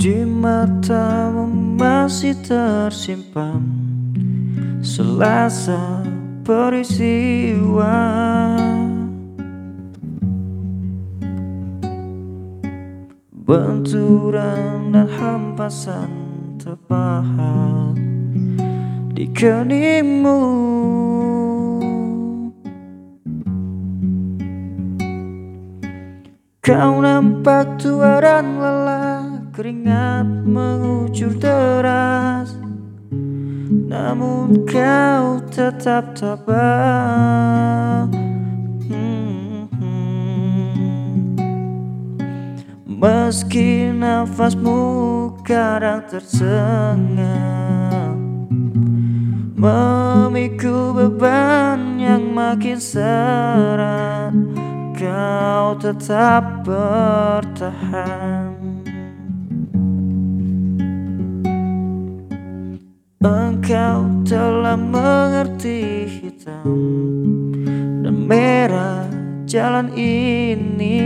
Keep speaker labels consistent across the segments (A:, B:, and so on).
A: Di matamu masih tersimpan selasa peristiwa, benturan dan hempasan terpahat di keningmu. Kau nampak tua dan lelah, keringat mengucur deras, namun kau tetap tabah. Meski nafasmu kadang tersengal, memikul beban yang makin serat, kau tetap bertahan. Engkau telah mengerti hitam dan merah jalan ini.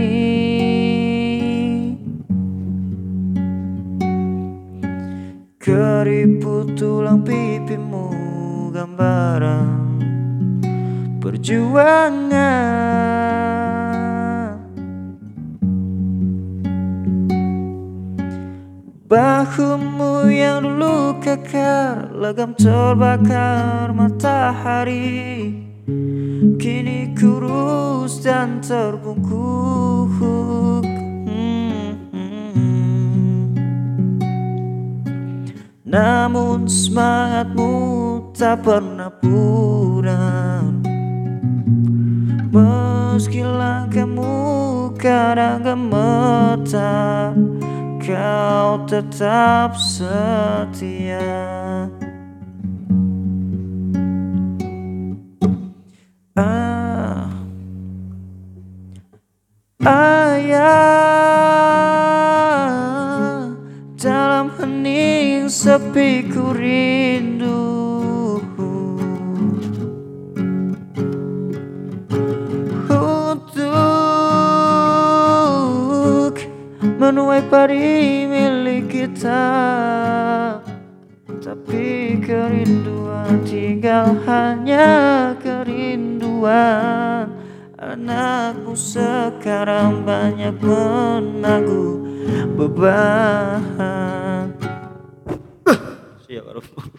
A: Keriput tulang pipimu gambaran perjuangan. Bahumu yang dulu kekar, legam terbakar matahari, kini kurus dan terbungkuk. Namun semangatmu tak pernah pudar, meski langkahmu kadang gemetar, kau tetap setia. Ayah, dalam hening sepi ku rindu untuk menuai padi milik kita, tapi kerinduan tinggal hanya kerinduan. Anakmu sekarang banyak menanggung beban. Siap,